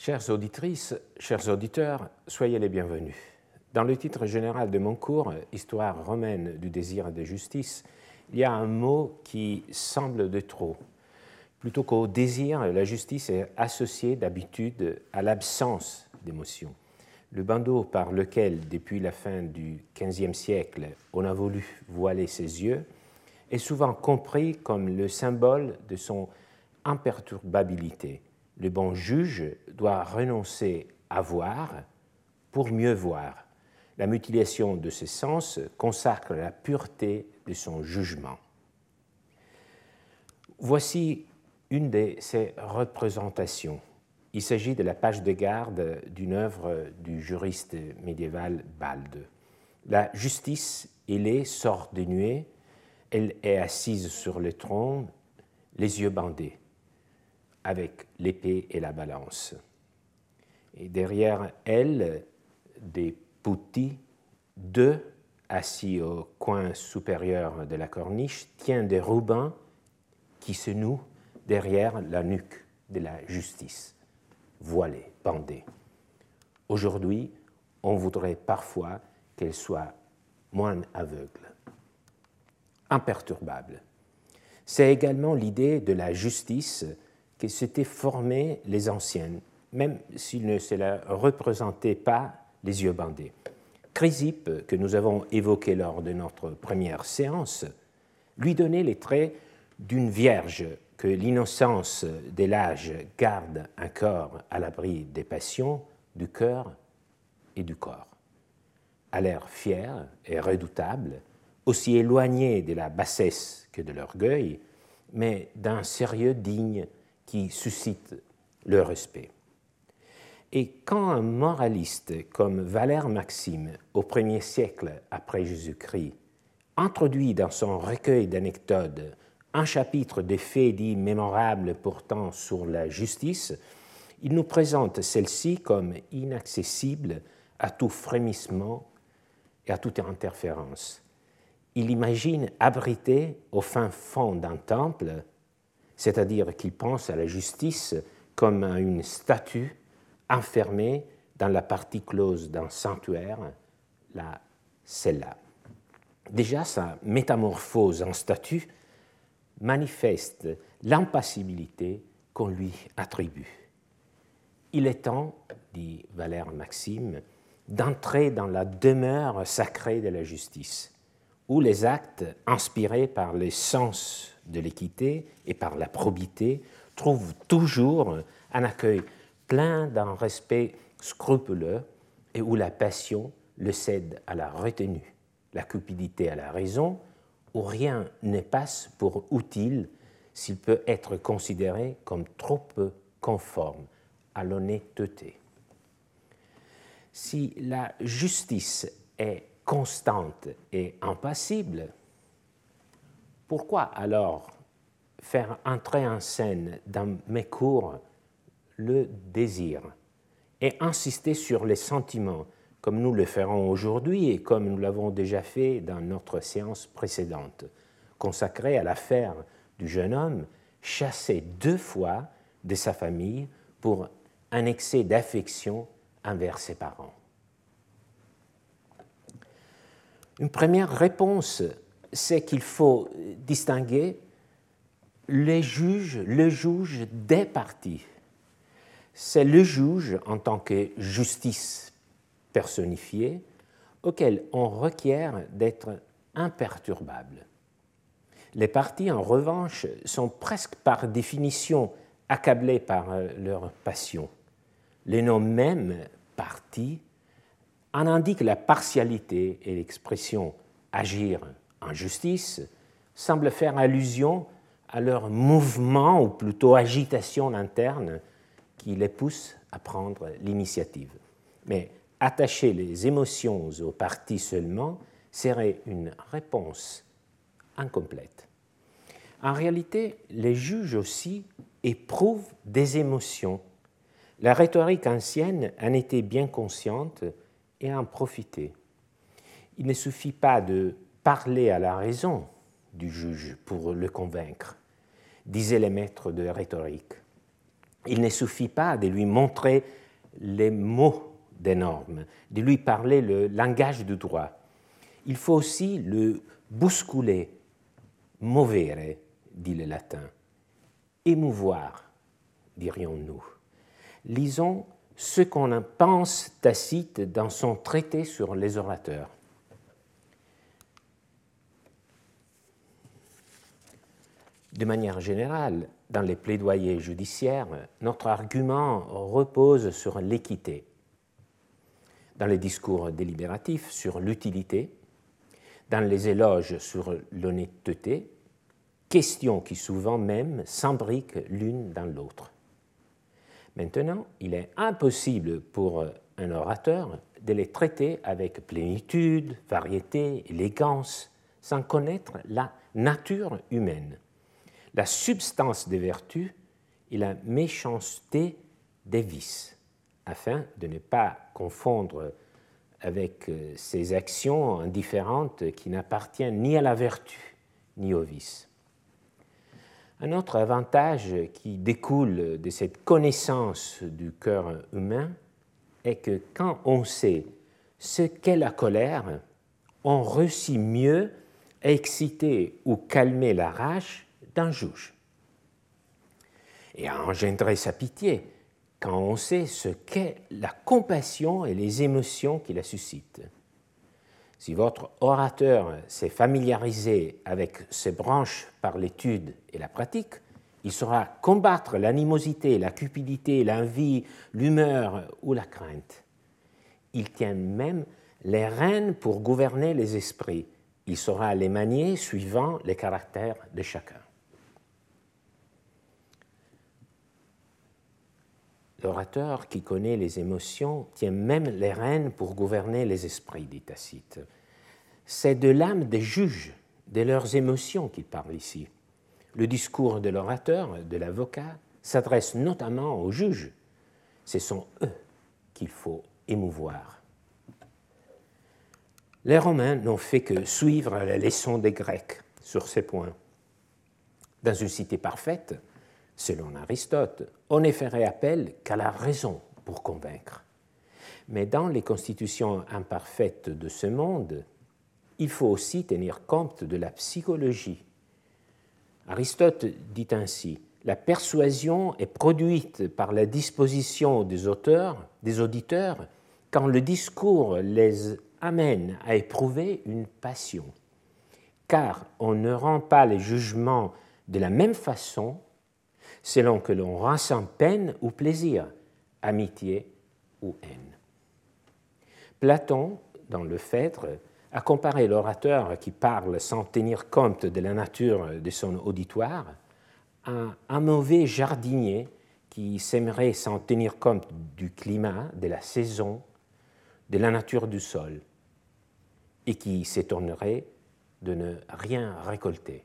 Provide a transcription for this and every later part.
Chères auditrices, chers auditeurs, soyez les bienvenus. Dans le titre général de mon cours, Histoire romaine du désir de justice, il y a un mot qui semble de trop. Plutôt qu'au désir, la justice est associée d'habitude à l'absence d'émotion. Le bandeau par lequel, depuis la fin du XVe siècle, on a voulu voiler ses yeux, est souvent compris comme le symbole de son imperturbabilité. Le bon juge doit renoncer à voir pour mieux voir. La mutilation de ses sens consacre la pureté de son jugement. Voici une de ces représentations. Il s'agit de la page de garde d'une œuvre du juriste médiéval Balde. La justice, elle sort des nuées, elle est assise sur le trône, les yeux bandés, avec l'épée et la balance. Et derrière elle, des putti, deux assis au coin supérieur de la corniche, tiennent des rubans qui se nouent derrière la nuque de la justice, voilée, bandée. Aujourd'hui, on voudrait parfois qu'elle soit moins aveugle, imperturbable. C'est également l'idée de la justice que s'étaient formées les anciennes, même s'ils ne se la représentaient pas les yeux bandés. Chrysippe, que nous avons évoqué lors de notre première séance, lui donnait les traits d'une vierge que l'innocence de l'âge garde un corps à l'abri des passions, du cœur et du corps. À l'air fier et redoutable, aussi éloigné de la bassesse que de l'orgueil, mais d'un sérieux digne qui suscite le respect. Et quand un moraliste comme Valère Maxime, au 1er siècle après Jésus-Christ, introduit dans son recueil d'anecdotes un chapitre de faits dits mémorables portant sur la justice, il nous présente celle-ci comme inaccessible à tout frémissement et à toute interférence. Il imagine abrité au fin fond d'un temple, c'est-à-dire qu'il pense à la justice comme à une statue enfermée dans la partie close d'un sanctuaire, la cella. Déjà, sa métamorphose en statue manifeste l'impassibilité qu'on lui attribue. Il est temps, dit Valère Maxime, d'entrer dans la demeure sacrée de la justice, où les actes inspirés par les sens de l'équité et par la probité trouvent toujours un accueil plein d'un respect scrupuleux et où la passion le cède à la retenue, la cupidité à la raison, où rien ne passe pour utile s'il peut être considéré comme trop peu conforme à l'honnêteté. Si la justice est constante et impassible, pourquoi alors faire entrer en scène dans mes cours le désir et insister sur les sentiments, comme nous le ferons aujourd'hui et comme nous l'avons déjà fait dans notre séance précédente, consacrée à l'affaire du jeune homme chassé 2 fois de sa famille pour un excès d'affection envers ses parents. Une première réponse, c'est qu'il faut distinguer le juge des parties. C'est le juge en tant que justice personnifiée auquel on requiert d'être imperturbable. Les parties, en revanche, sont presque par définition accablées par leur passion. Les noms même parties en indiquent la partialité et l'expression agir en justice semble faire allusion à leur mouvement ou plutôt agitation interne qui les pousse à prendre l'initiative. Mais attacher les émotions aux parties seulement serait une réponse incomplète. En réalité, les juges aussi éprouvent des émotions. La rhétorique ancienne en était bien consciente et en profitait. Il ne suffit pas de parler à la raison du juge pour le convaincre, disaient les maîtres de rhétorique. Il ne suffit pas de lui montrer les mots des normes, de lui parler le langage du droit. Il faut aussi le bousculer, movere, dit le latin, émouvoir, dirions-nous. Lisons ce qu'on en pense Tacite dans son traité sur les orateurs. De manière générale, dans les plaidoyers judiciaires, notre argument repose sur l'équité. Dans les discours délibératifs, sur l'utilité. Dans les éloges, sur l'honnêteté. Questions qui souvent même s'imbriquent l'une dans l'autre. Maintenant, il est impossible pour un orateur de les traiter avec plénitude, variété, élégance, sans connaître la nature humaine, la substance des vertus et la méchanceté des vices, afin de ne pas confondre avec ces actions indifférentes qui n'appartiennent ni à la vertu ni au vice. Un autre avantage qui découle de cette connaissance du cœur humain est que quand on sait ce qu'est la colère, on réussit mieux à exciter ou calmer la rage d'un juge et à engendrer sa pitié quand on sait ce qu'est la compassion et les émotions qui la suscitent. Si votre orateur s'est familiarisé avec ces branches par l'étude et la pratique, il saura combattre l'animosité, la cupidité, l'envie, l'humeur ou la crainte. Il tient même les rênes pour gouverner les esprits. Il saura les manier suivant les caractères de chacun. L'orateur qui connaît les émotions tient même les rênes pour gouverner les esprits, dit Tacite. C'est de l'âme des juges, de leurs émotions qu'il parle ici. Le discours de l'orateur, de l'avocat, s'adresse notamment aux juges. Ce sont eux qu'il faut émouvoir. Les Romains n'ont fait que suivre la leçon des Grecs sur ces points. Dans une cité parfaite, selon Aristote, on ne ferait appel qu'à la raison pour convaincre. Mais dans les constitutions imparfaites de ce monde, il faut aussi tenir compte de la psychologie. Aristote dit ainsi, la persuasion est produite par la disposition des auditeurs, quand le discours les amène à éprouver une passion. Car on ne rend pas les jugements de la même façon selon que l'on ressent peine ou plaisir, amitié ou haine. Platon, dans le Phèdre, a comparé l'orateur qui parle sans tenir compte de la nature de son auditoire à un mauvais jardinier qui sèmerait sans tenir compte du climat, de la saison, de la nature du sol, et qui s'étonnerait de ne rien récolter.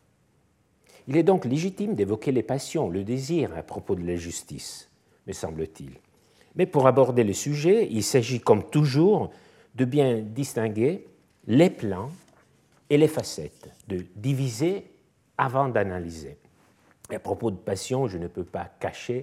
Il est donc légitime d'évoquer les passions, le désir à propos de la justice, me semble-t-il. Mais pour aborder le sujet, il s'agit comme toujours de bien distinguer les plans et les facettes, de diviser avant d'analyser. Et à propos de passion, je ne peux pas cacher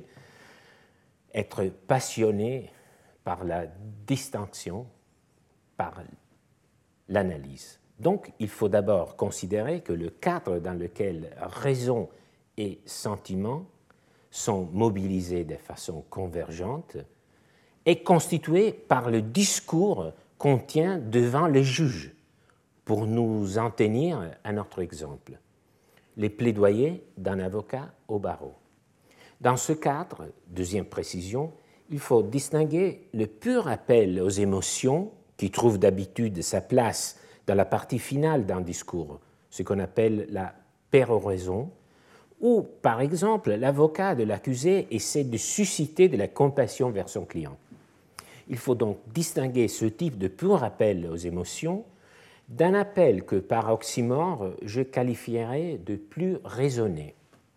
être passionné par la distinction, par l'analyse. Donc, il faut d'abord considérer que le cadre dans lequel raison et sentiment sont mobilisés de façon convergente est constitué par le discours qu'on tient devant les juges, pour nous en tenir à notre exemple, les plaidoyers d'un avocat au barreau. Dans ce cadre, deuxième précision, il faut distinguer le pur appel aux émotions qui trouve d'habitude sa place dans la partie finale d'un discours, ce qu'on appelle la péroraison, où, par exemple, l'avocat de l'accusé essaie de susciter de la compassion vers son client. Il faut donc distinguer ce type de pur appel aux émotions d'un appel que, par oxymore, je qualifierais de plus raisonné.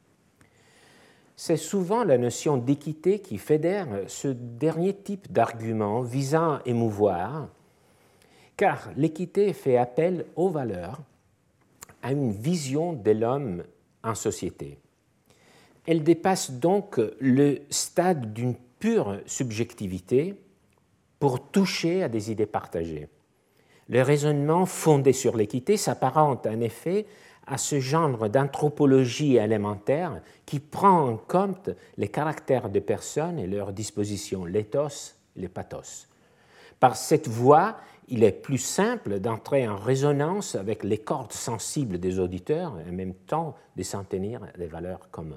C'est souvent la notion d'équité qui fédère ce dernier type d'argument visant à émouvoir, car l'équité fait appel aux valeurs, à une vision de l'homme en société. Elle dépasse donc le stade d'une pure subjectivité pour toucher à des idées partagées. Le raisonnement fondé sur l'équité s'apparente en effet à ce genre d'anthropologie élémentaire qui prend en compte les caractères des personnes et leurs dispositions, l'éthos et les pathos. Par cette voie, il est plus simple d'entrer en résonance avec les cordes sensibles des auditeurs et en même temps de s'en tenir à des valeurs communes.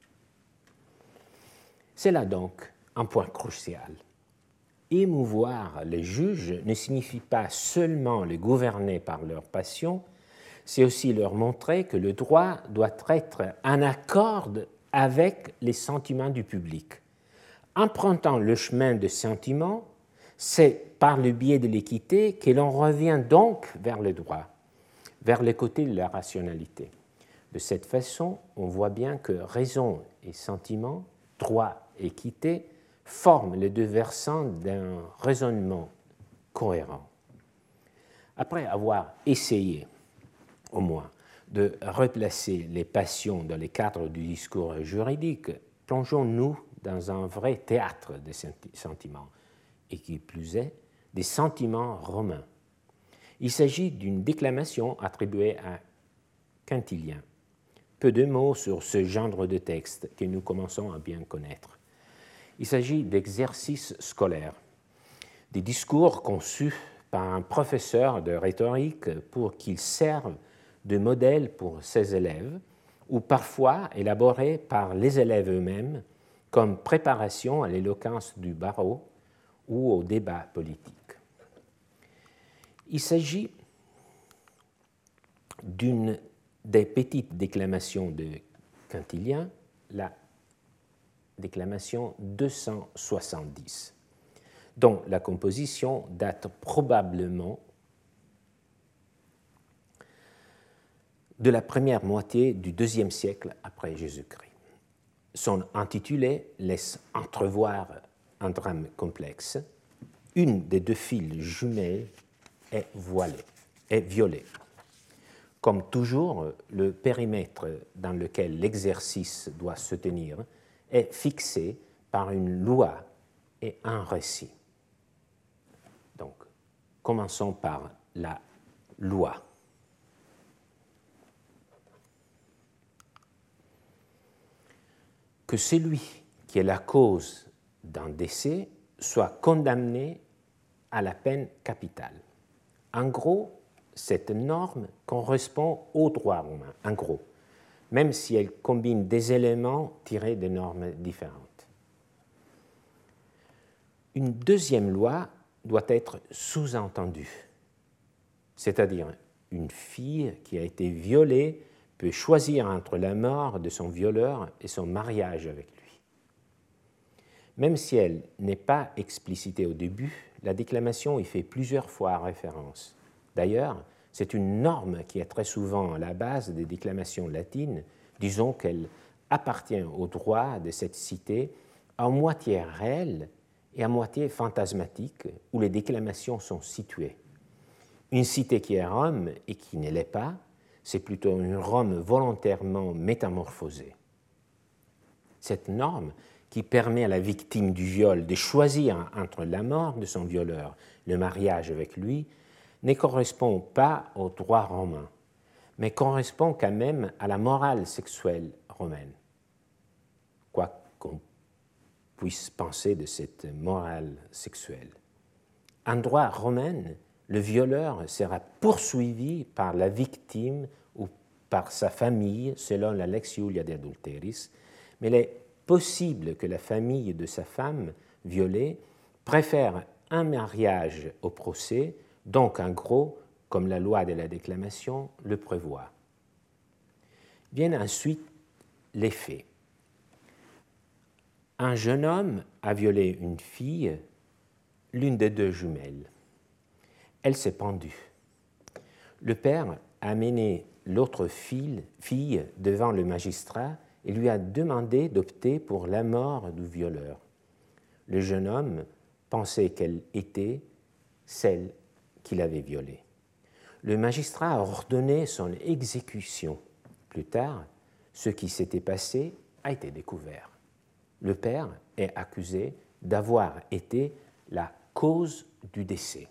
C'est là donc un point crucial. Émouvoir les juges ne signifie pas seulement les gouverner par leur passion, c'est aussi leur montrer que le droit doit être en accord avec les sentiments du public. Empruntant le chemin des sentiments, c'est par le biais de l'équité que l'on revient donc vers le droit, vers le côté de la rationalité. De cette façon, on voit bien que raison et sentiment, droit et équité, forment les deux versants d'un raisonnement cohérent. Après avoir essayé, au moins, de replacer les passions dans les cadres du discours juridique, plongeons-nous dans un vrai théâtre des sentiments, et qui plus est, des sentiments romains. Il s'agit d'une déclamation attribuée à Quintilien. Peu de mots sur ce genre de texte que nous commençons à bien connaître. Il s'agit d'exercices scolaires, des discours conçus par un professeur de rhétorique pour qu'ils servent de modèle pour ses élèves, ou parfois élaborés par les élèves eux-mêmes comme préparation à l'éloquence du barreau ou au débat politique. Il s'agit d'une des petites déclamations de Quintilien, la déclamation 270, dont la composition date probablement de la première moitié du IIe siècle après Jésus-Christ. Son intitulé laisse entrevoir un drame complexe. Une des deux filles jumelles est violée. Comme toujours, le périmètre dans lequel l'exercice doit se tenir est fixé par une loi et un récit. Donc, commençons par la loi. Que celui qui est la cause d'un décès soit condamné à la peine capitale. En gros, cette norme correspond au droit romain, en gros, même si elle combine des éléments tirés de normes différentes. Une deuxième loi doit être sous-entendue, c'est-à-dire une fille qui a été violée peut choisir entre la mort de son violeur et son mariage avec lui. Même si elle n'est pas explicitée au début, la déclamation y fait plusieurs fois référence. D'ailleurs, c'est une norme qui est très souvent à la base des déclamations latines. Disons qu'elle appartient au droit de cette cité à moitié réelle et à moitié fantasmatique, où les déclamations sont situées. Une cité qui est Rome et qui ne l'est pas, c'est plutôt une Rome volontairement métamorphosée. Cette norme qui permet à la victime du viol de choisir entre la mort de son violeur et le mariage avec lui ne correspond pas au droit romain, mais correspond quand même à la morale sexuelle romaine. Quoi qu'on puisse penser de cette morale sexuelle. En droit romain, le violeur sera poursuivi par la victime ou par sa famille selon la lex Iulia de adulteris, mais il est possible que la famille de sa femme violée préfère un mariage au procès, donc en gros, comme la loi de la déclamation le prévoit. Viennent ensuite les faits. Un jeune homme a violé une fille, l'une des deux jumelles. Elle s'est pendue. Le père a amené l'autre fille devant le magistrat et lui a demandé d'opter pour la mort du violeur. Le jeune homme pensait qu'elle était celle qu'il avait violée. Le magistrat a ordonné son exécution. Plus tard, ce qui s'était passé a été découvert. Le père est accusé d'avoir été la cause du décès.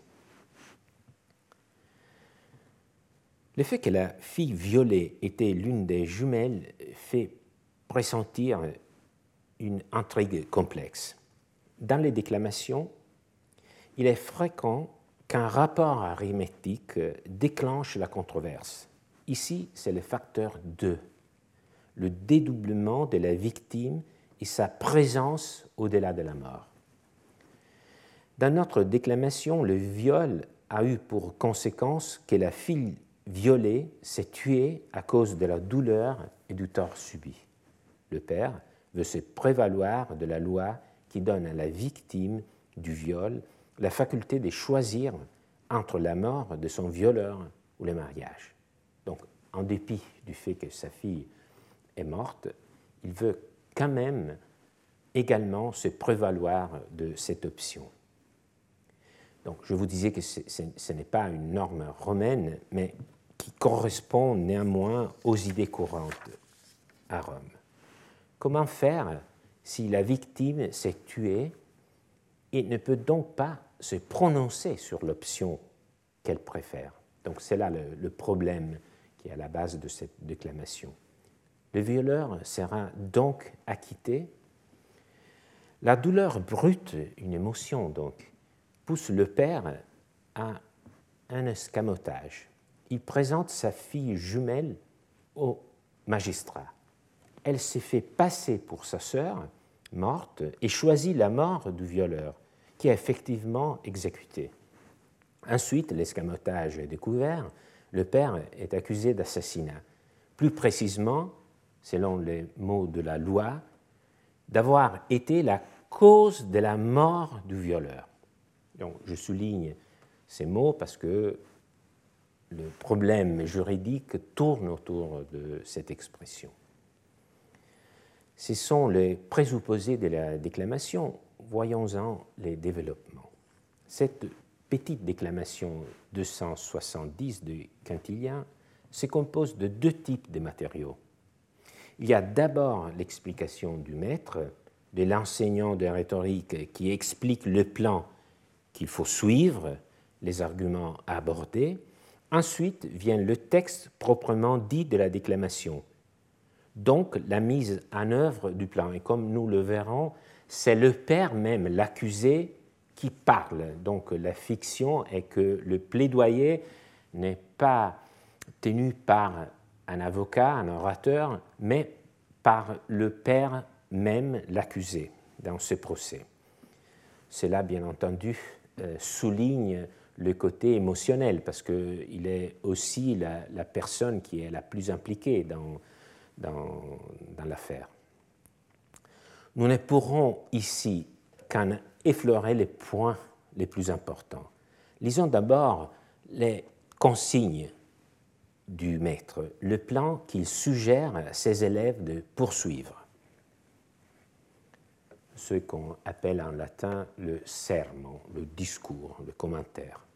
Le fait que la fille violée était l'une des jumelles fait pressentir une intrigue complexe. Dans les déclamations, il est fréquent qu'un rapport arithmétique déclenche la controverse. Ici, c'est le facteur 2, le dédoublement de la victime et sa présence au-delà de la mort. Dans notre déclamation, le viol a eu pour conséquence que la fille violée s'est tuée à cause de la douleur et du tort subi. Le père veut se prévaloir de la loi qui donne à la victime du viol la faculté de choisir entre la mort de son violeur ou le mariage. Donc, en dépit du fait que sa fille est morte, il veut quand même également se prévaloir de cette option. Donc, je vous disais que ce n'est pas une norme romaine, mais qui correspond néanmoins aux idées courantes à Rome. Comment faire si la victime s'est tuée et ne peut donc pas se prononcer sur l'option qu'elle préfère? Donc, c'est là le problème qui est à la base de cette déclamation. Le violeur sera donc acquitté. La douleur brute, une émotion donc, pousse le père à un escamotage. Il présente sa fille jumelle au magistrat. Elle s'est fait passer pour sa sœur morte et choisit la mort du violeur, qui est effectivement exécuté. Ensuite, l'escamotage est découvert. Le père est accusé d'assassinat. Plus précisément, selon les mots de la loi, d'avoir été la cause de la mort du violeur. Donc, je souligne ces mots parce que le problème juridique tourne autour de cette expression. Ce sont les présupposés de la déclamation. Voyons-en les développements. Cette petite déclamation 270 de Quintilien se compose de deux types de matériaux. Il y a d'abord l'explication du maître, de l'enseignant de rhétorique qui explique le plan qu'il faut suivre, les arguments à aborder. Ensuite vient le texte proprement dit de la déclamation, donc la mise en œuvre du plan. Et comme nous le verrons, c'est le père même, l'accusé, qui parle. Donc la fiction est que le plaidoyer n'est pas tenu par un avocat, un orateur, mais par le père même, l'accusé, dans ce procès. Cela, bien entendu, souligne le côté émotionnel, parce qu'il est aussi la personne qui est la plus impliquée dans l'affaire. Nous ne pourrons ici qu'en effleurer les points les plus importants. Lisons d'abord les consignes du maître, le plan qu'il suggère à ses élèves de poursuivre. Ce qu'on appelle en latin le sermon, le discours, le commentaire.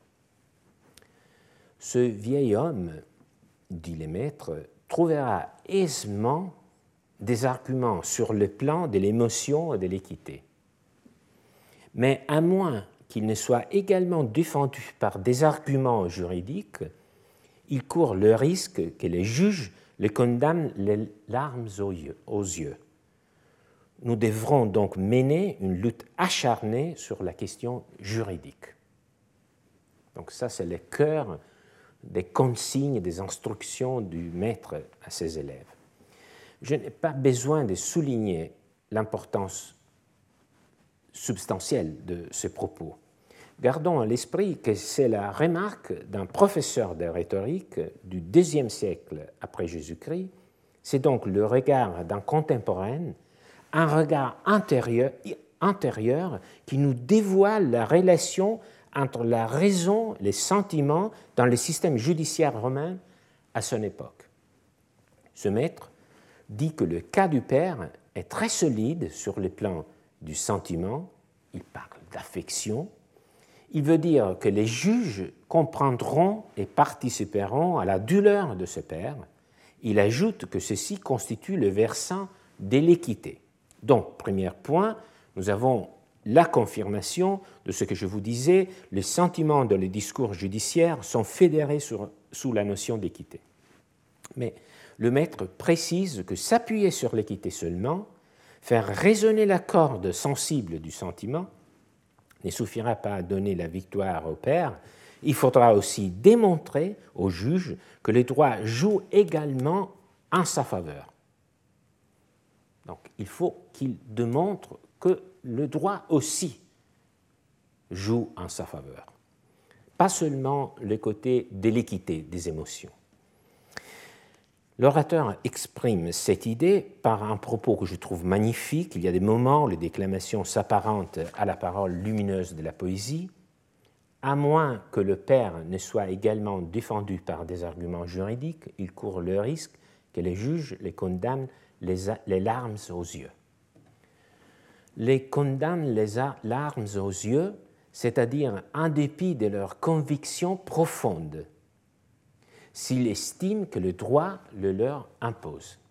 Ce vieil homme, dit le maître, trouvera aisément des arguments sur le plan de l'émotion et de l'équité. Mais à moins qu'il ne soit également défendu par des arguments juridiques, il court le risque que les juges le condamnent les larmes aux yeux. Nous devrons donc mener une lutte acharnée sur la question juridique. Donc ça, c'est le cœur des consignes, des instructions du maître à ses élèves. Je n'ai pas besoin de souligner l'importance substantielle de ce propos. Gardons à l'esprit que c'est la remarque d'un professeur de rhétorique du IIe siècle après Jésus-Christ. C'est donc le regard d'un contemporain, un regard antérieur qui nous dévoile la relation entre la raison et les sentiments dans le système judiciaire romain à son époque. Ce maître dit que le cas du père est très solide sur le plan du sentiment, il parle d'affection, il veut dire que les juges comprendront et participeront à la douleur de ce père. Il ajoute que ceci constitue le versant de l'équité. Donc, premier point, nous avons la confirmation de ce que je vous disais, les sentiments dans les discours judiciaires sont fédérés sous la notion d'équité. Mais le maître précise que s'appuyer sur l'équité seulement, faire résonner la corde sensible du sentiment, ne suffira pas à donner la victoire au père, il faudra aussi démontrer au juge que les droits jouent également en sa faveur. Donc il faut qu'il démontre que le droit aussi joue en sa faveur, pas seulement le côté de l'équité des émotions. L'orateur exprime cette idée par un propos que je trouve magnifique. Il y a des moments où les déclamations s'apparentent à la parole lumineuse de la poésie, à moins que le père ne soit également défendu par des arguments juridiques, il court le risque que les juges les condamnent les larmes aux yeux. Les condamnent les larmes aux yeux, c'est-à-dire en dépit de leurs convictions profondes, s'il estime que le droit le leur impose.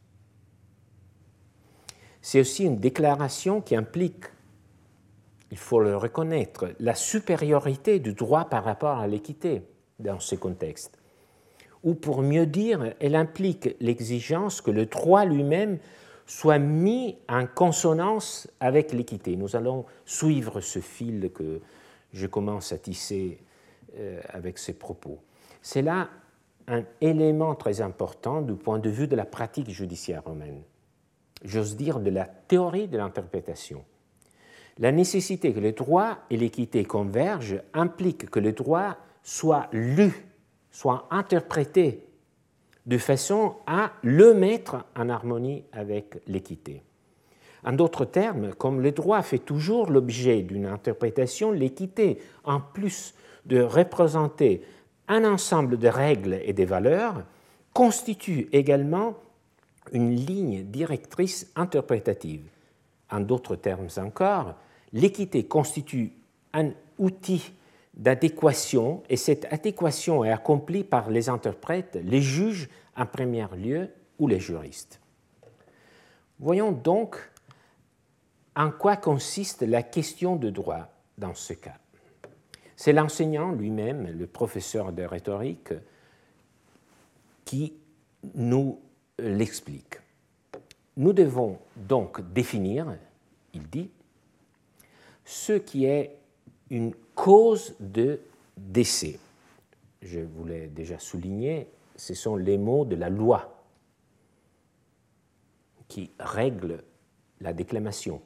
C'est aussi une déclaration qui implique, il faut le reconnaître, la supériorité du droit par rapport à l'équité dans ce contexte. Ou pour mieux dire, elle implique l'exigence que le droit lui-même soit mis en consonance avec l'équité. Nous allons suivre ce fil que je commence à tisser avec ces propos. C'est là un élément très important du point de vue de la pratique judiciaire romaine, j'ose dire de la théorie de l'interprétation. La nécessité que le droit et l'équité convergent implique que le droit soit lu, soit interprété de façon à le mettre en harmonie avec l'équité. En d'autres termes, comme le droit fait toujours l'objet d'une interprétation, l'équité, en plus de représenter un ensemble de règles et de valeurs, constitue également une ligne directrice interprétative. En d'autres termes encore, l'équité constitue un outil d'adéquation et cette adéquation est accomplie par les interprètes, les juges en premier lieu ou les juristes. Voyons donc en quoi consiste la question de droit dans ce cas. C'est l'enseignant lui-même, le professeur de rhétorique, qui nous l'explique. Nous devons donc définir, il dit, ce qui est une cause de décès. Je vous l'ai déjà souligné, ce sont les mots de la loi qui règlent la déclamation.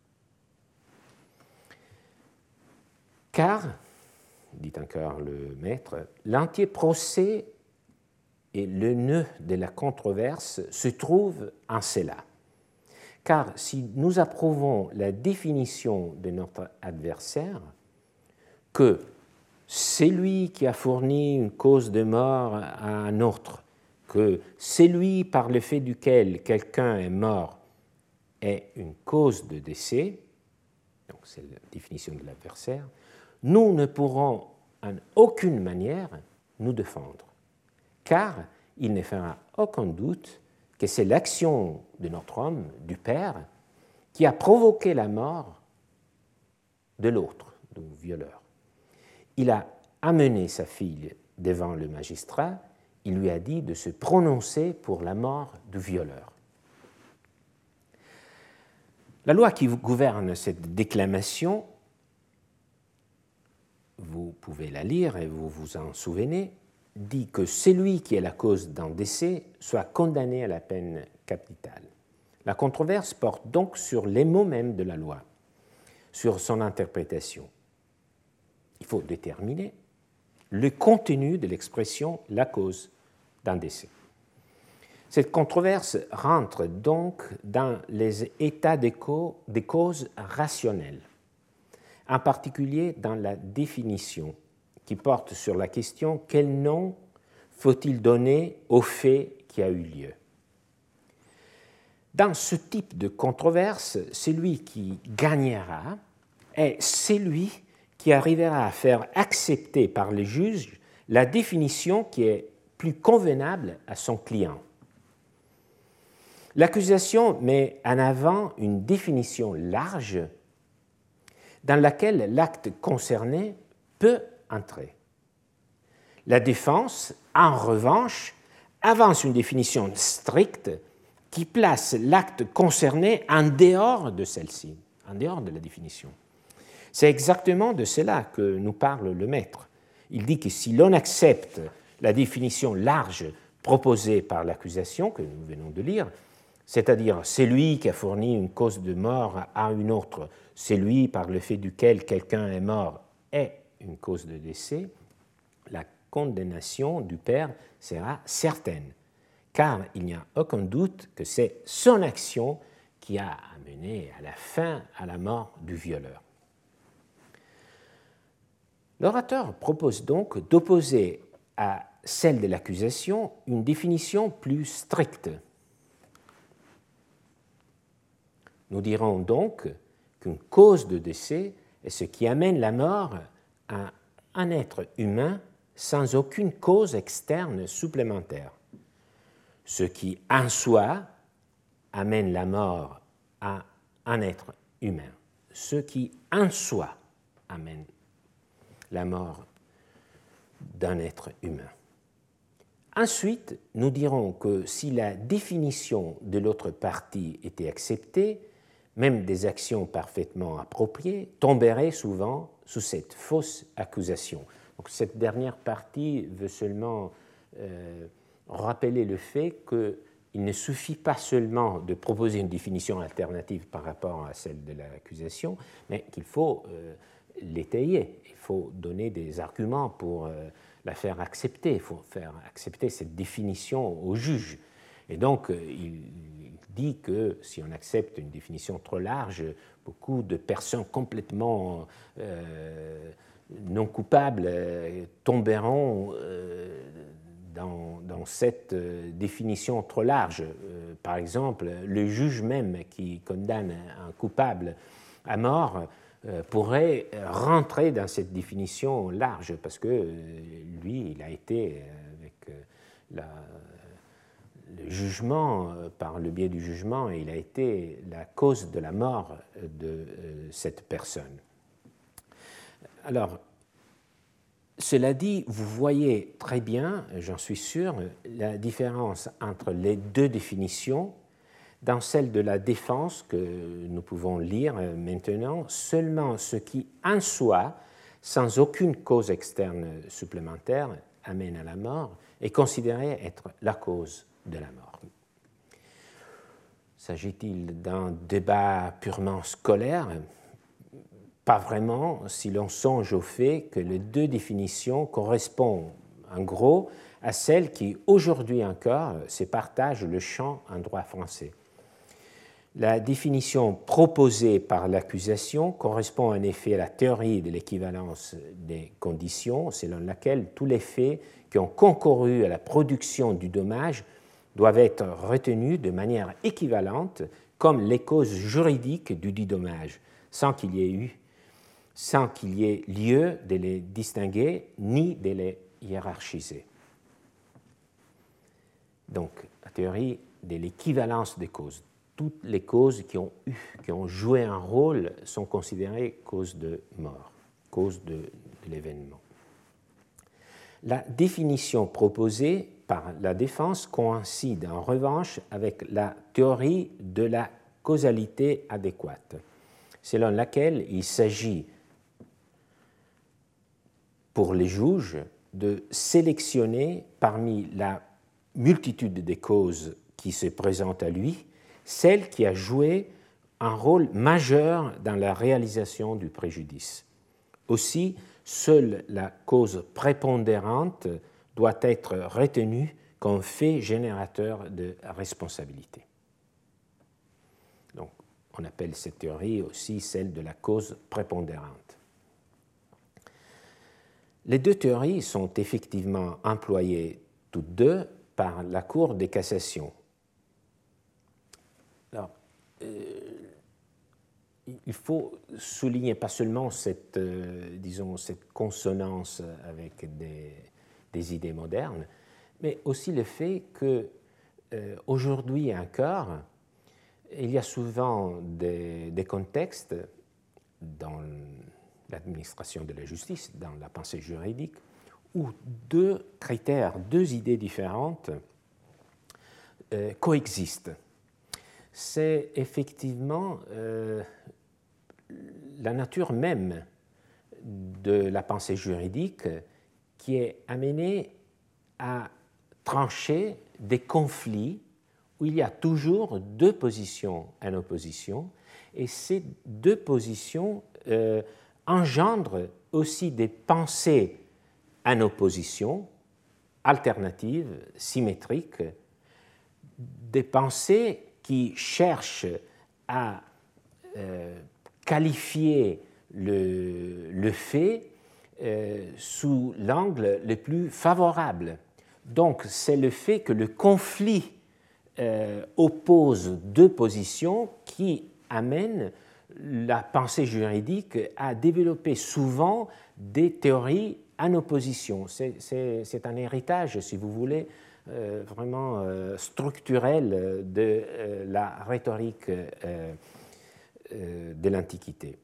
Car, dit encore le maître, l'entier procès et le nœud de la controverse se trouve en cela. Car si nous approuvons la définition de notre adversaire, que c'est lui qui a fourni une cause de mort à un autre, que c'est lui par le fait duquel quelqu'un est mort est une cause de décès, donc c'est la définition de l'adversaire, nous ne pourrons en aucune manière nous défendre, car il ne fera aucun doute que c'est l'action de notre homme, du père, qui a provoqué la mort de l'autre, du violeur. Il a amené sa fille devant le magistrat, il lui a dit de se prononcer pour la mort du violeur. La loi qui gouverne cette déclamation, vous pouvez la lire et vous vous en souvenez, dit que celui qui est la cause d'un décès soit condamné à la peine capitale. La controverse porte donc sur les mots mêmes de la loi, sur son interprétation. Il faut déterminer le contenu de l'expression « la cause d'un décès ». Cette controverse rentre donc dans les états des causes rationnelles, en particulier dans la définition qui porte sur la question « quel nom faut-il donner au fait qui a eu lieu ?» Dans ce type de controverse, celui qui gagnera est celui qui arrivera à faire accepter par les juges la définition qui est plus convenable à son client. L'accusation met en avant une définition large dans laquelle l'acte concerné peut entrer. La défense, en revanche, avance une définition stricte qui place l'acte concerné en dehors de celle-ci, en dehors de la définition. C'est exactement de cela que nous parle le maître. Il dit que si l'on accepte la définition large proposée par l'accusation, que nous venons de lire, c'est-à-dire celui qui a fourni une cause de mort à une autre, celui par le fait duquel quelqu'un est mort est une cause de décès, la condamnation du père sera certaine, car il n'y a aucun doute que c'est son action qui a amené à la fin à la mort du violeur. L'orateur propose donc d'opposer à celle de l'accusation une définition plus stricte. Nous dirons donc qu'une cause de décès est ce qui amène la mort à un être humain sans aucune cause externe supplémentaire. Ce qui en soi amène la mort à un être humain. Ce qui en soi amène la mort d'un être humain. Ensuite, nous dirons que si la définition de l'autre partie était acceptée, même des actions parfaitement appropriées tomberaient souvent sous cette fausse accusation. Donc, cette dernière partie veut seulement rappeler le fait qu'il ne suffit pas seulement de proposer une définition alternative par rapport à celle de l'accusation, mais qu'il faut l'étayer, il faut donner des arguments pour la faire accepter, il faut faire accepter cette définition au juge. Et donc, il dit que si on accepte une définition trop large, beaucoup de personnes complètement non coupables tomberont dans cette définition trop large. Par exemple, le juge même qui condamne un coupable à mort pourrait rentrer dans cette définition large parce que lui, il a été avec le jugement, par le biais du jugement, il a été la cause de la mort de cette personne. Alors, cela dit, vous voyez très bien, j'en suis sûr, la différence entre les deux définitions. Dans celle de la défense que nous pouvons lire maintenant, seulement ce qui en soi, sans aucune cause externe supplémentaire, amène à la mort, est considéré être la cause de la mort. S'agit-il d'un débat purement scolaire ? Pas vraiment, si l'on songe au fait que les deux définitions correspondent en gros à celles qui, aujourd'hui encore, se partagent le champ en droit français. La définition proposée par l'accusation correspond en effet à la théorie de l'équivalence des conditions, selon laquelle tous les faits qui ont concouru à la production du dommage doivent être retenus de manière équivalente comme les causes juridiques du dit dommage, sans qu'il y ait lieu de les distinguer ni de les hiérarchiser. Donc, la théorie de l'équivalence des causes. Toutes les causes qui ont joué un rôle sont considérées causes de mort, causes de l'événement. La définition proposée par la défense coïncide en revanche avec la théorie de la causalité adéquate, selon laquelle il s'agit pour les juges de sélectionner parmi la multitude des causes qui se présentent à lui celle qui a joué un rôle majeur dans la réalisation du préjudice. Aussi, seule la cause prépondérante doit être retenue comme fait générateur de responsabilité. Donc, on appelle cette théorie aussi celle de la cause prépondérante. Les deux théories sont effectivement employées toutes deux par la Cour de cassation. Alors, il faut souligner pas seulement cette consonance avec des idées modernes, mais aussi le fait que aujourd'hui encore, il y a souvent des contextes dans l'administration de la justice, dans la pensée juridique, où deux critères, deux idées différentes coexistent. C'est effectivement la nature même de la pensée juridique qui est amenée à trancher des conflits où il y a toujours deux positions en opposition, et ces deux positions engendrent aussi des pensées en opposition, alternatives, symétriques, des pensées qui cherchent à qualifier le fait sous l'angle le plus favorable. Donc, c'est le fait que le conflit oppose deux positions qui amène la pensée juridique à développer souvent des théories en opposition. C'est un héritage, si vous voulez, vraiment structurel de la rhétorique de l'Antiquité.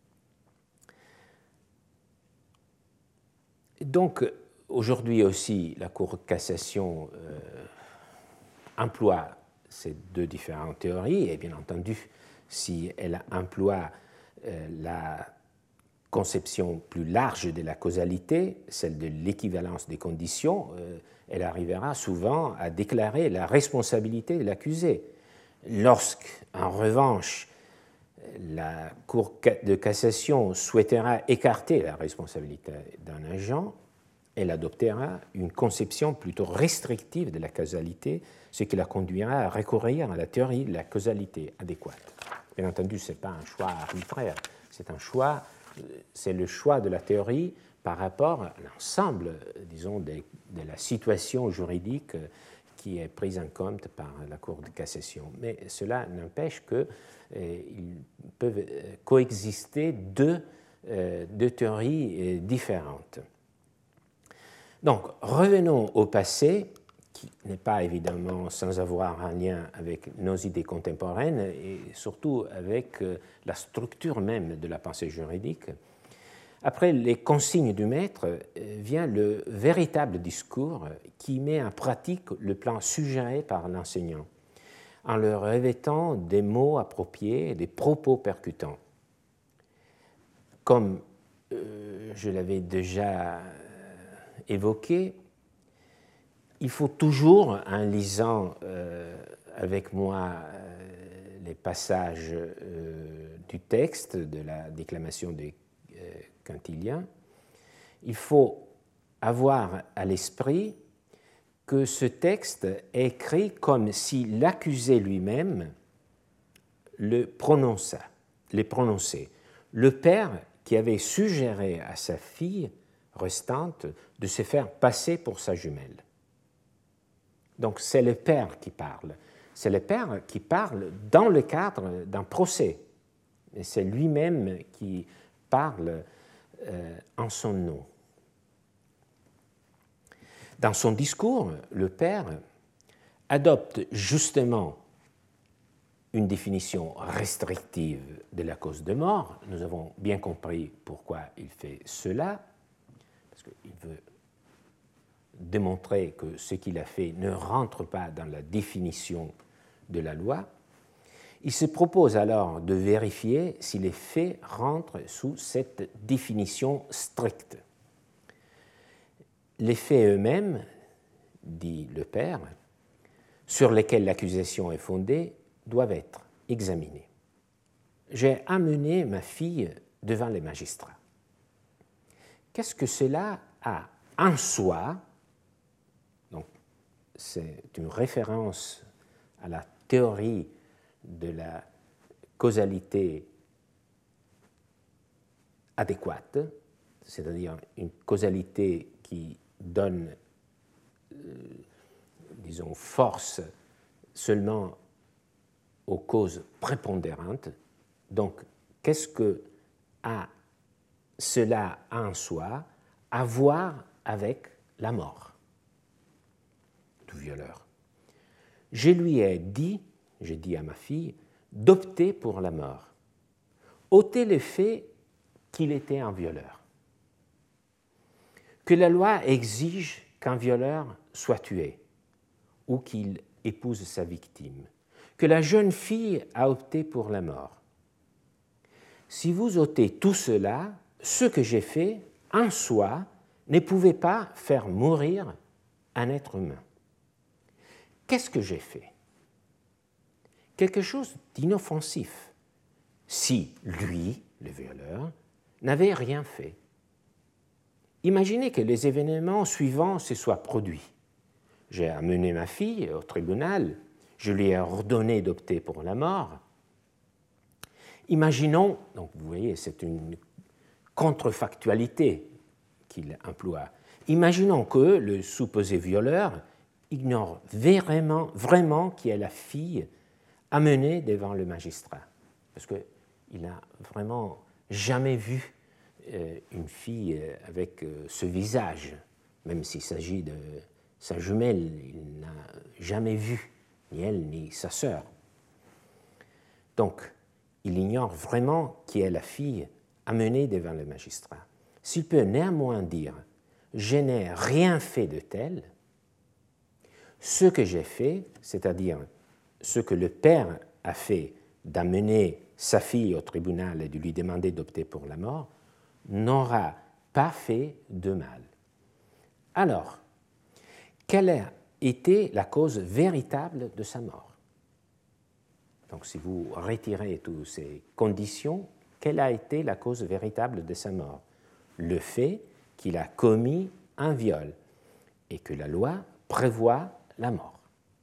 Donc, aujourd'hui aussi, la Cour de cassation emploie ces deux différentes théories, et bien entendu, si elle emploie la conception plus large de la causalité, celle de l'équivalence des conditions, elle arrivera souvent à déclarer la responsabilité de l'accusé. Lorsqu'en revanche, la Cour de cassation souhaitera écarter la responsabilité d'un agent, elle adoptera une conception plutôt restrictive de la causalité, ce qui la conduira à recourir à la théorie de la causalité adéquate. Bien entendu, ce n'est pas un choix arbitraire, c'est le choix de la théorie par rapport à l'ensemble, disons, de la situation juridique qui est prise en compte par la Cour de cassation. Mais cela n'empêche qu'il peuvent coexister deux théories différentes. Donc, revenons au passé, qui n'est pas évidemment sans avoir un lien avec nos idées contemporaines et surtout avec la structure même de la pensée juridique. Après les consignes du maître vient le véritable discours qui met en pratique le plan suggéré par l'enseignant, en le revêtant des mots appropriés et des propos percutants. Comme je l'avais déjà évoqué, il faut toujours, en lisant avec moi les passages du texte de la déclamation des Quintiliens, il faut avoir à l'esprit que ce texte est écrit comme si l'accusé lui-même le prononçait. Le père qui avait suggéré à sa fille restante de se faire passer pour sa jumelle. Donc c'est le père qui parle. C'est le père qui parle dans le cadre d'un procès. Et c'est lui-même qui parle en son nom. Dans son discours, le père adopte justement une définition restrictive de la cause de mort. Nous avons bien compris pourquoi il fait cela, parce qu'il veut démontrer que ce qu'il a fait ne rentre pas dans la définition de la loi. Il se propose alors de vérifier si les faits rentrent sous cette définition stricte. Les faits eux-mêmes, dit le père, sur lesquels l'accusation est fondée, doivent être examinés. J'ai amené ma fille devant les magistrats. Qu'est-ce que cela a en soi? Donc, c'est une référence à la théorie de la causalité adéquate, c'est-à-dire une causalité qui donne, disons, force seulement aux causes prépondérantes. Donc, qu'est-ce que a cela en soi à voir avec la mort du violeur? je lui ai dit, j'ai dit à ma fille, d'opter pour la mort. Ôter le fait qu'il était un violeur. Que la loi exige qu'un violeur soit tué ou qu'il épouse sa victime. Que la jeune fille a opté pour la mort. Si vous ôtez tout cela, ce que j'ai fait, en soi, ne pouvait pas faire mourir un être humain. Qu'est-ce que j'ai fait? Quelque chose d'inoffensif, si lui, le violeur, n'avait rien fait. Imaginez que les événements suivants se soient produits. J'ai amené ma fille au tribunal, je lui ai ordonné d'opter pour la mort. Imaginons, donc vous voyez, c'est une contrefactualité qu'il emploie. Imaginons que le supposé violeur ignore vraiment qui est la fille amenée devant le magistrat, parce qu'il n'a vraiment jamais vu une fille avec ce visage, même s'il s'agit de sa jumelle, il n'a jamais vu ni elle ni sa sœur. Donc, il ignore vraiment qui est la fille amenée devant le magistrat. S'il peut néanmoins dire « je n'ai rien fait de tel », ce que j'ai fait, c'est-à-dire ce que le père a fait d'amener sa fille au tribunal et de lui demander d'opter pour la mort, n'aura pas fait de mal. Alors, quelle a été la cause véritable de sa mort? Donc, si vous retirez toutes ces conditions, quelle a été la cause véritable de sa mort? Le fait qu'il a commis un viol et que la loi prévoit la mort.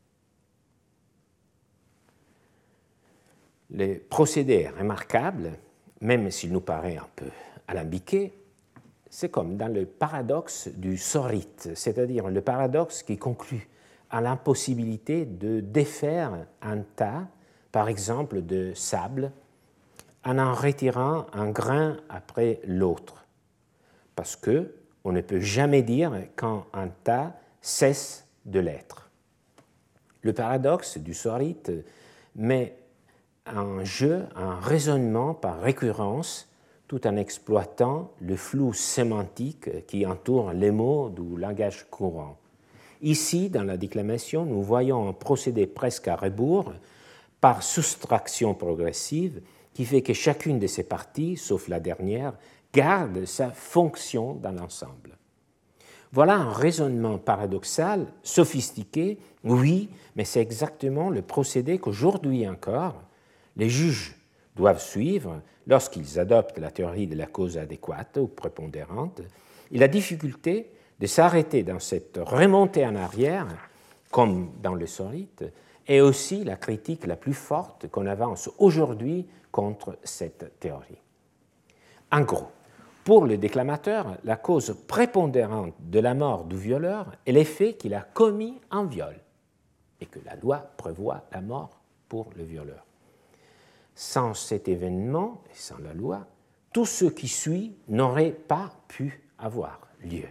Le procédé est remarquable, même s'il nous paraît un peu alambiqué, c'est comme dans le paradoxe du sorite, c'est-à-dire le paradoxe qui conclut à l'impossibilité de défaire un tas, par exemple, de sable, en retirant un grain après l'autre, parce qu'on ne peut jamais dire quand un tas cesse de l'être. Le paradoxe du sorite met en jeu un raisonnement par récurrence tout en exploitant le flou sémantique qui entoure les mots du langage courant. Ici, dans la déclamation, nous voyons un procédé presque à rebours, par soustraction progressive, qui fait que chacune de ces parties, sauf la dernière, garde sa fonction dans l'ensemble. Voilà un raisonnement paradoxal, sophistiqué, oui, mais c'est exactement le procédé qu'aujourd'hui encore, les juges doivent suivre lorsqu'ils adoptent la théorie de la cause adéquate ou prépondérante, et la difficulté de s'arrêter dans cette remontée en arrière, comme dans le sorite, est aussi la critique la plus forte qu'on avance aujourd'hui contre cette théorie. En gros, pour le déclamateur, la cause prépondérante de la mort du violeur est l'effet qu'il a commis un viol et que la loi prévoit la mort pour le violeur. Sans cet événement et sans la loi, tout ce qui suit n'aurait pas pu avoir lieu.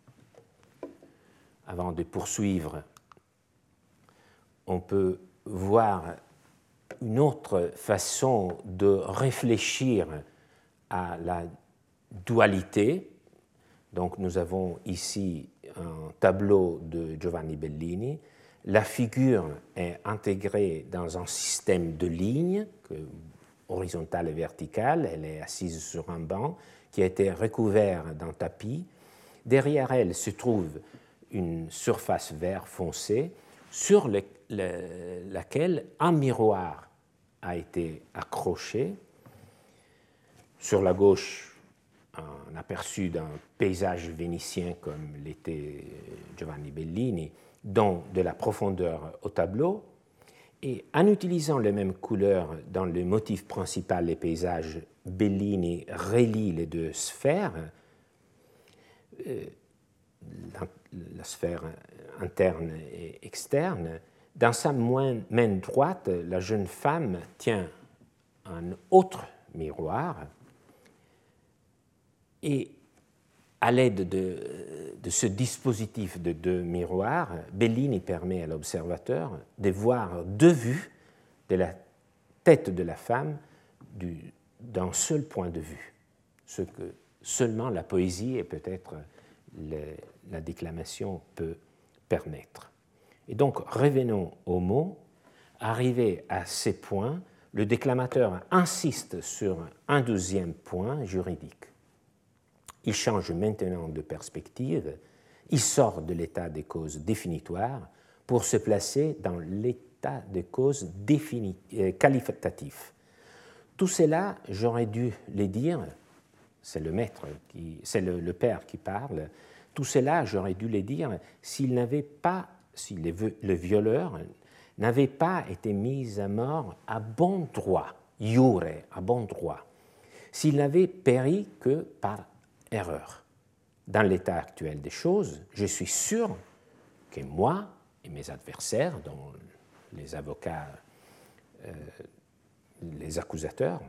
Avant de poursuivre, on peut voir une autre façon de réfléchir à la dualité. Donc nous avons ici un tableau de Giovanni Bellini. La figure est intégrée dans un système de lignes, horizontale et verticale. Elle est assise sur un banc qui a été recouvert d'un tapis. Derrière elle se trouve une surface vert foncé sur laquelle un miroir a été accroché. Sur la gauche, un aperçu d'un paysage vénitien comme l'était Giovanni Bellini, dont de la profondeur au tableau. Et en utilisant les mêmes couleurs dans le motif principal des paysages, Bellini relie les deux sphères, la sphère interne et externe. Dans sa main droite, la jeune femme tient un autre miroir et À l'aide de ce dispositif de deux miroirs, Bellini permet à l'observateur de voir deux vues de la tête de la femme d'un seul point de vue, ce que seulement la poésie et peut-être la déclamation peut permettre. Et donc, revenons aux mots. Arrivé à ces points, le déclamateur insiste sur un deuxième point juridique. Il change maintenant de perspective, il sort de l'état des causes définitoires pour se placer dans l'état des causes qualitatif. Tout cela, j'aurais dû les dire, c'est le maître, c'est le père qui parle, tout cela, j'aurais dû les dire s'il n'avait pas, si le violeur n'avait pas été mis à mort à bon droit, iure, à bon droit, s'il n'avait péri que par erreur. Dans l'état actuel des choses, je suis sûr que moi et mes adversaires, dont les avocats, les accusateurs,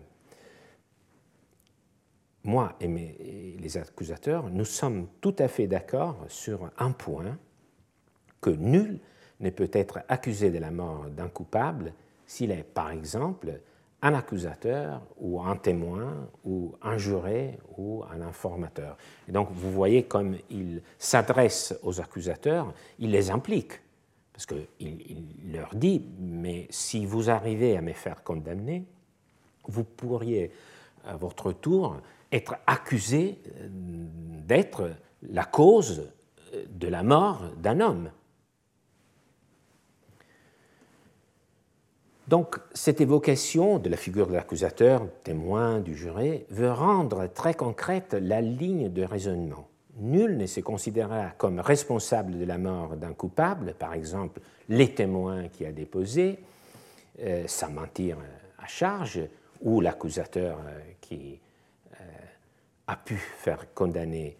moi et les accusateurs, nous sommes tout à fait d'accord sur un point, que nul ne peut être accusé de la mort d'un coupable s'il est, par exemple, un accusateur ou un témoin ou un juré ou un informateur. Et donc, vous voyez comme il s'adresse aux accusateurs, il les implique, parce qu'il leur dit, mais si vous arrivez à me faire condamner, vous pourriez, à votre tour, être accusé d'être la cause de la mort d'un homme. Donc, cette évocation de la figure de l'accusateur, témoin, du juré, veut rendre très concrète la ligne de raisonnement. Nul ne se considérera comme responsable de la mort d'un coupable, par exemple les témoins qui a déposé, sans mentir à charge, ou l'accusateur qui a pu faire condamner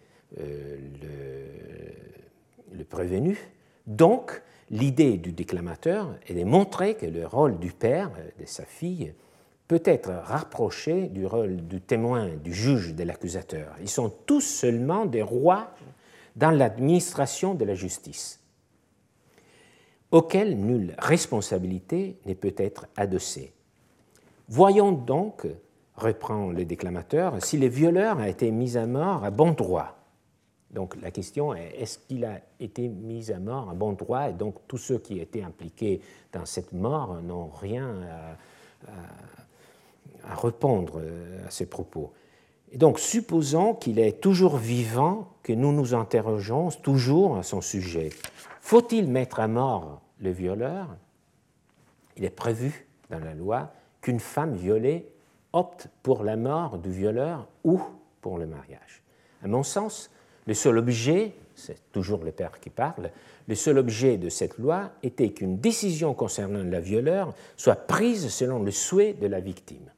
le prévenu. Donc, l'idée du déclamateur est de montrer que le rôle du père, de sa fille, peut être rapproché du rôle du témoin, du juge, de l'accusateur. Ils sont tous seulement des rois dans l'administration de la justice, auquel nulle responsabilité ne peut être adossée. Voyons donc, reprend le déclamateur, si le violeur a été mis à mort à bon droit. Donc la question est, est-ce qu'il a été mis à mort à bon droit? Et donc tous ceux qui étaient impliqués dans cette mort n'ont rien à répondre à ces propos. Et donc supposons qu'il est toujours vivant, que nous nous interrogeons toujours à son sujet. Faut-il mettre à mort le violeur? Il est prévu dans la loi qu'une femme violée opte pour la mort du violeur ou pour le mariage. À mon sens, le seul objet, c'est toujours le père qui parle, le seul objet de cette loi était qu'une décision concernant le violeur soit prise selon le souhait de la victime.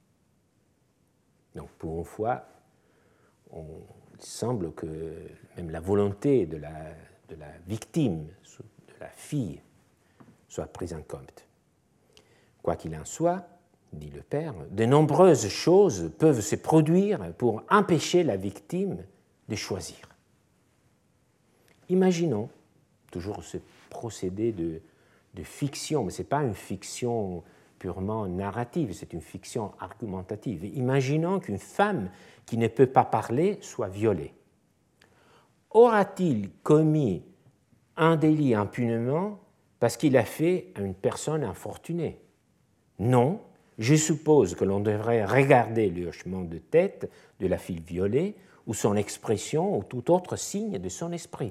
Donc pour une fois, il semble que même la volonté de la victime, de la fille, soit prise en compte. Quoi qu'il en soit, dit le père, de nombreuses choses peuvent se produire pour empêcher la victime de choisir. Imaginons, toujours ce procédé de fiction, mais ce n'est pas une fiction purement narrative, c'est une fiction argumentative. Imaginons qu'une femme qui ne peut pas parler soit violée. Aura-t-il commis un délit impunément parce qu'il a fait à une personne infortunée? Non, je suppose que l'on devrait regarder le hochement de tête de la fille violée ou son expression ou tout autre signe de son esprit.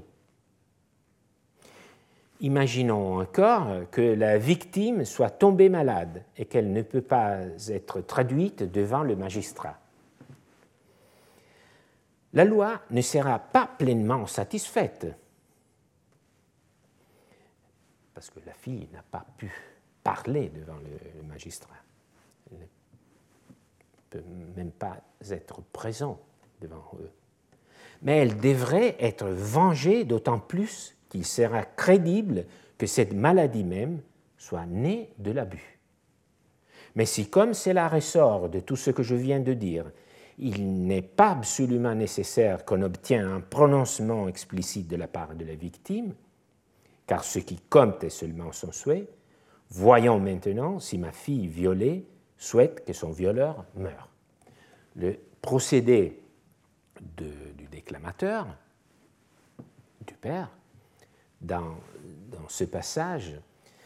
Imaginons encore que la victime soit tombée malade et qu'elle ne peut pas être traduite devant le magistrat. La loi ne sera pas pleinement satisfaite parce que la fille n'a pas pu parler devant le magistrat. Elle ne peut même pas être présente devant eux. Mais elle devrait être vengée d'autant plus qu'il sera crédible que cette maladie même soit née de l'abus. Mais si, comme cela ressort de tout ce que je viens de dire, il n'est pas absolument nécessaire qu'on obtienne un prononcement explicite de la part de la victime, car ce qui compte est seulement son souhait. Voyons maintenant si ma fille violée souhaite que son violeur meure. Le procédé du déclamateur, du père, dans ce passage,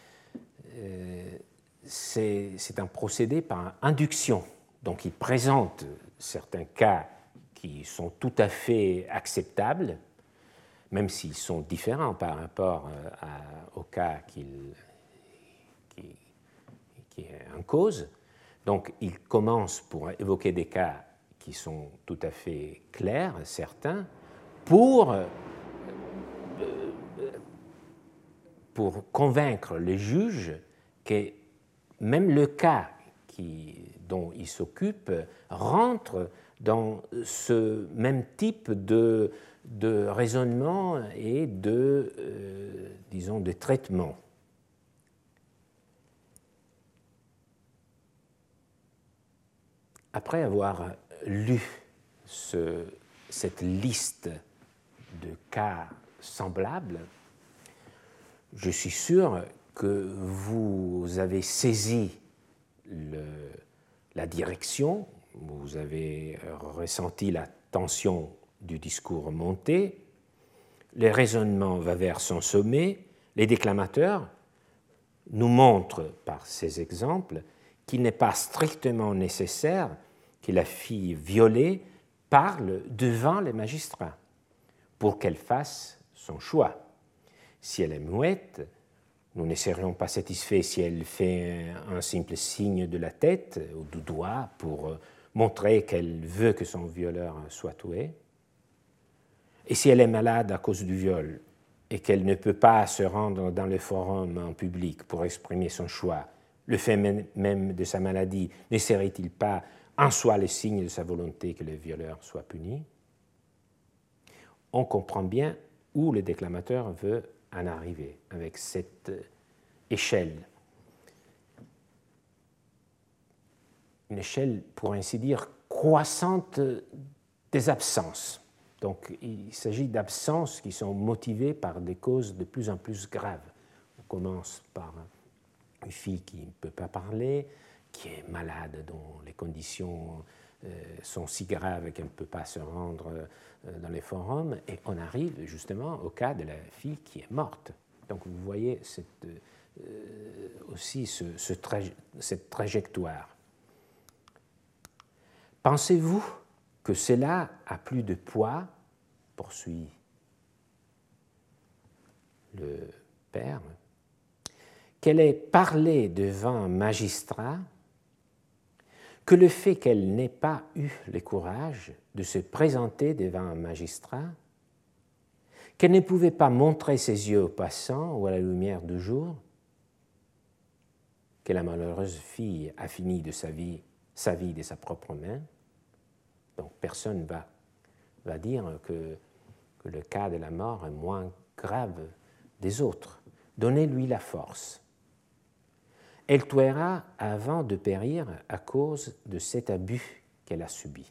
c'est un procédé par induction. Donc il présente certains cas qui sont tout à fait acceptables, même s'ils sont différents par rapport au cas qui est en cause. Donc il commence pour évoquer des cas qui sont tout à fait clairs, certains, pour convaincre le juge que même le cas dont il s'occupe rentre dans ce même type de raisonnement et disons, de traitement. Après avoir lu cette liste de cas semblables, je suis sûr que vous avez saisi la direction, vous avez ressenti la tension du discours monté, le raisonnement va vers son sommet, les déclamateurs nous montrent par ces exemples qu'il n'est pas strictement nécessaire que la fille violée parle devant les magistrats pour qu'elle fasse son choix. Si elle est muette, nous ne serions pas satisfaits si elle fait un simple signe de la tête ou du doigt pour montrer qu'elle veut que son violeur soit tué. Et si elle est malade à cause du viol et qu'elle ne peut pas se rendre dans le forum en public pour exprimer son choix, le fait même de sa maladie ne serait-il pas en soi le signe de sa volonté que le violeur soit puni? On comprend bien où le déclamateur veut en arriver avec cette échelle. Une échelle, pour ainsi dire, croissante des absences. Donc il s'agit d'absences qui sont motivées par des causes de plus en plus graves. On commence par une fille qui ne peut pas parler, qui est malade, dont les conditions sont si graves qu'elle ne peut pas se rendre dans les forums, et on arrive justement au cas de la fille qui est morte. Donc vous voyez aussi cette trajectoire. Pensez-vous que cela a plus de poids, poursuit le père, qu'elle ait parlé devant un magistrat, que le fait qu'elle n'ait pas eu le courage de se présenter devant un magistrat, qu'elle ne pouvait pas montrer ses yeux aux passants ou à la lumière du jour, que la malheureuse fille a fini de sa vie de sa propre main. Donc personne ne va dire que le cas de la mort est moins grave des autres. Donnez-lui la force. Elle tuera avant de périr à cause de cet abus qu'elle a subi.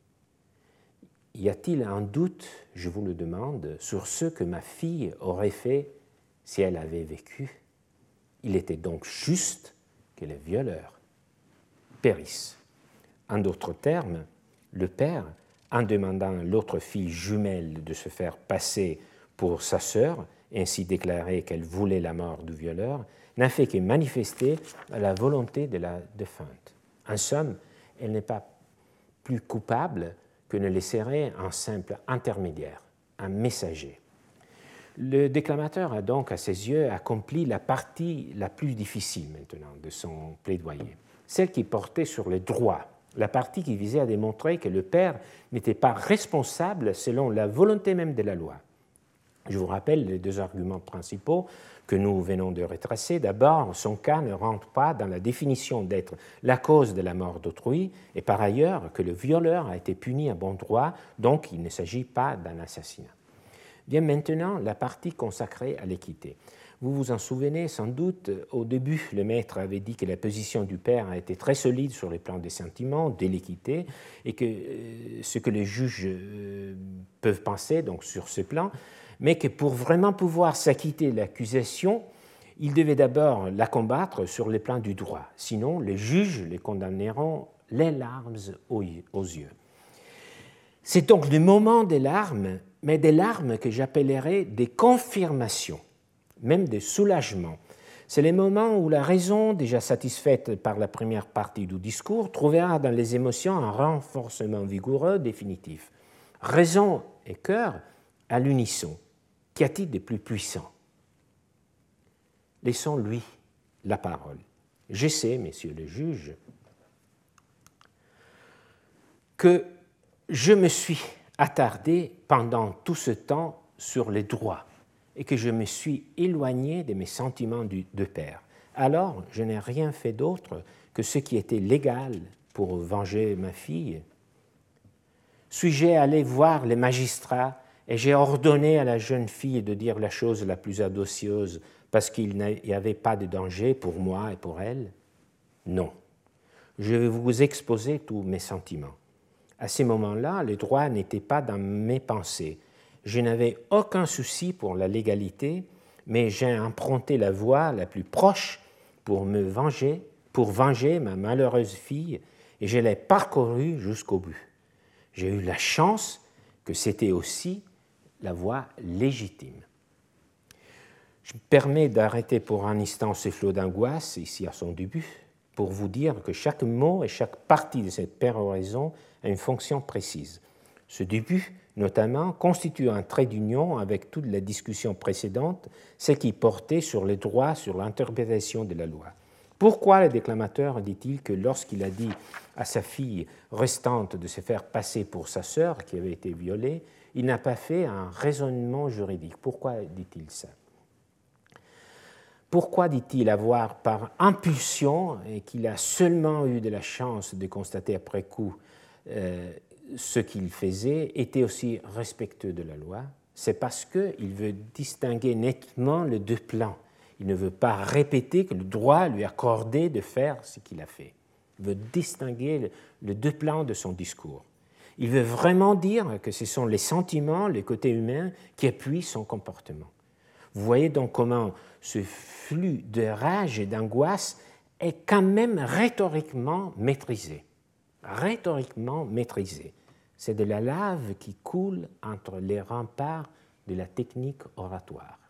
Y a-t-il un doute, je vous le demande, sur ce que ma fille aurait fait si elle avait vécu? Il était donc juste que les violeurs périssent. En d'autres termes, le père, en demandant à l'autre fille jumelle de se faire passer pour sa sœur, ainsi déclarer qu'elle voulait la mort du violeur, n'a fait que manifester la volonté de la défunte. En somme, elle n'est pas plus coupable que ne le serait un simple intermédiaire, un messager. Le déclamateur a donc, à ses yeux, accompli la partie la plus difficile maintenant de son plaidoyer, celle qui portait sur les droits, la partie qui visait à démontrer que le père n'était pas responsable selon la volonté même de la loi. Je vous rappelle les deux arguments principaux que nous venons de retracer. D'abord, son cas ne rentre pas dans la définition d'être la cause de la mort d'autrui, et par ailleurs que le violeur a été puni à bon droit, donc il ne s'agit pas d'un assassinat. Vient maintenant la partie consacrée à l'équité. Vous vous en souvenez sans doute, au début, le maître avait dit que la position du père a été très solide sur les plans des sentiments, de l'équité, et que ce que les juges peuvent penser donc sur ce plan, mais que pour vraiment pouvoir s'acquitter de l'accusation, il devait d'abord la combattre sur les plans du droit. Sinon, les juges les condamneront les larmes aux yeux. C'est donc le moment des larmes, mais des larmes que j'appellerais des confirmations, même des soulagements. C'est les moments où la raison, déjà satisfaite par la première partie du discours, trouvera dans les émotions un renforcement vigoureux définitif. Raison et cœur à l'unisson. Qu'y a-t-il de plus puissant? Laissons-lui la parole. Je sais, messieurs les juges, que je me suis attardé pendant tout ce temps sur les droits et que je me suis éloigné de mes sentiments de père. Alors, je n'ai rien fait d'autre que ce qui était légal pour venger ma fille. Suis-je allé voir les magistrats et j'ai ordonné à la jeune fille de dire la chose la plus audacieuse parce qu'il n'y avait pas de danger pour moi et pour elle? Non. Je vais vous exposer tous mes sentiments. À ces moments-là, le droit n'était pas dans mes pensées. Je n'avais aucun souci pour la légalité, mais j'ai emprunté la voie la plus proche pour venger ma malheureuse fille, et je l'ai parcourue jusqu'au but. J'ai eu la chance que c'était aussi la voie légitime. Je me permets d'arrêter pour un instant ce flot d'angoisse, ici à son début, pour vous dire que chaque mot et chaque partie de cette péroraison a une fonction précise. Ce début, notamment, constitue un trait d'union avec toute la discussion précédente, celle qui portait sur les droits, sur l'interprétation de la loi. Pourquoi le déclamateur dit-il que lorsqu'il a dit à sa fille restante de se faire passer pour sa sœur qui avait été violée, il n'a pas fait un raisonnement juridique? Pourquoi dit-il ça? Pourquoi dit-il avoir par impulsion, et qu'il a seulement eu de la chance de constater après coup ce qu'il faisait, était aussi respectueux de la loi? C'est parce qu'il veut distinguer nettement les deux plans. Il ne veut pas répéter que le droit lui accordait de faire ce qu'il a fait. Il veut distinguer les deux plans de son discours. Il veut vraiment dire que ce sont les sentiments, les côtés humains qui appuient son comportement. Vous voyez donc comment ce flux de rage et d'angoisse est quand même rhétoriquement maîtrisé. Rhétoriquement maîtrisé. C'est de la lave qui coule entre les remparts de la technique oratoire.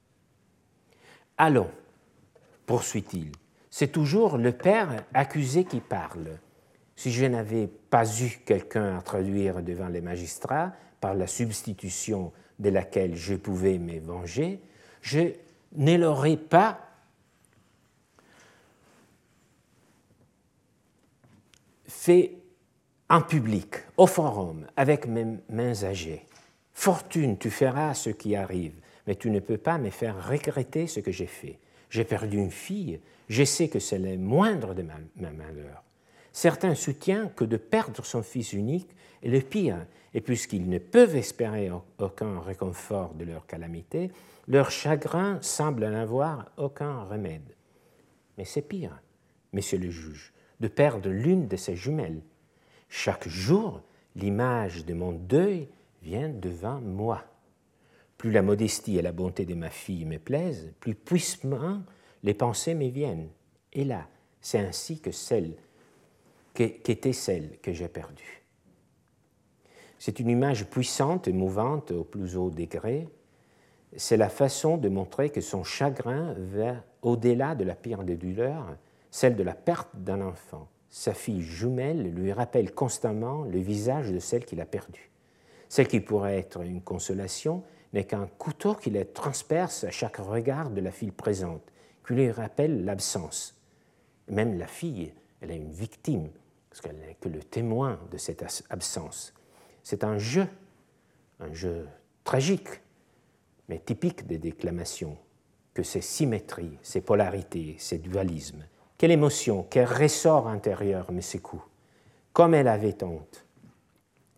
Allons, poursuit-il, c'est toujours le père accusé qui parle. Si je n'avais pas eu quelqu'un à traduire devant les magistrats, par la substitution de laquelle je pouvais me venger, je ne l'aurais pas fait en public, au forum, avec mes mains âgées. Fortune, tu feras ce qui arrive, mais tu ne peux pas me faire regretter ce que j'ai fait. J'ai perdu une fille, je sais que c'est le moindre de ma malheur. Certains soutiennent que de perdre son fils unique est le pire, et puisqu'ils ne peuvent espérer aucun réconfort de leur calamité, leur chagrin semble n'avoir aucun remède. Mais c'est pire, messieurs les juges, de perdre l'une de ses jumelles. Chaque jour, l'image de mon deuil vient devant moi. Plus la modestie et la bonté de ma fille me plaisent, plus puissamment les pensées me viennent. Et là, c'est ainsi qu'était celle que j'ai perdue. C'est une image puissante, émouvante au plus haut degré. C'est la façon de montrer que son chagrin va au-delà de la pire des douleurs, celle de la perte d'un enfant. Sa fille jumelle lui rappelle constamment le visage de celle qu'il a perdue. Celle qui pourrait être une consolation n'est qu'un couteau qui la transperce à chaque regard de la fille présente, qui lui rappelle l'absence. Même la fille, elle est une victime, parce qu'elle n'est que le témoin de cette absence. C'est un jeu tragique, mais typique des déclamations, que ces symétries, ces polarités, ces dualismes. Quelle émotion, quel ressort intérieur me secoue. Comme elle avait honte.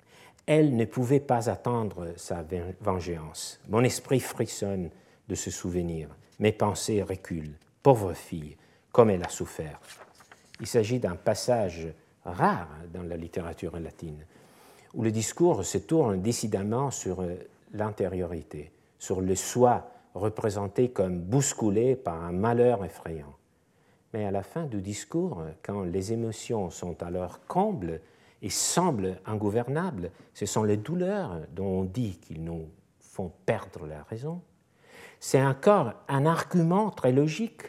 Elle ne pouvait pas attendre sa vengeance. Mon esprit frissonne de ce souvenir. Mes pensées reculent. Pauvre fille, comme elle a souffert. Il s'agit d'un passage rare dans la littérature latine, où le discours se tourne décidément sur l'intériorité, sur le soi représenté comme bousculé par un malheur effrayant. Mais à la fin du discours, quand les émotions sont à leur comble et semblent ingouvernables, ce sont les douleurs dont on dit qu'ils nous font perdre la raison. C'est encore un argument très logique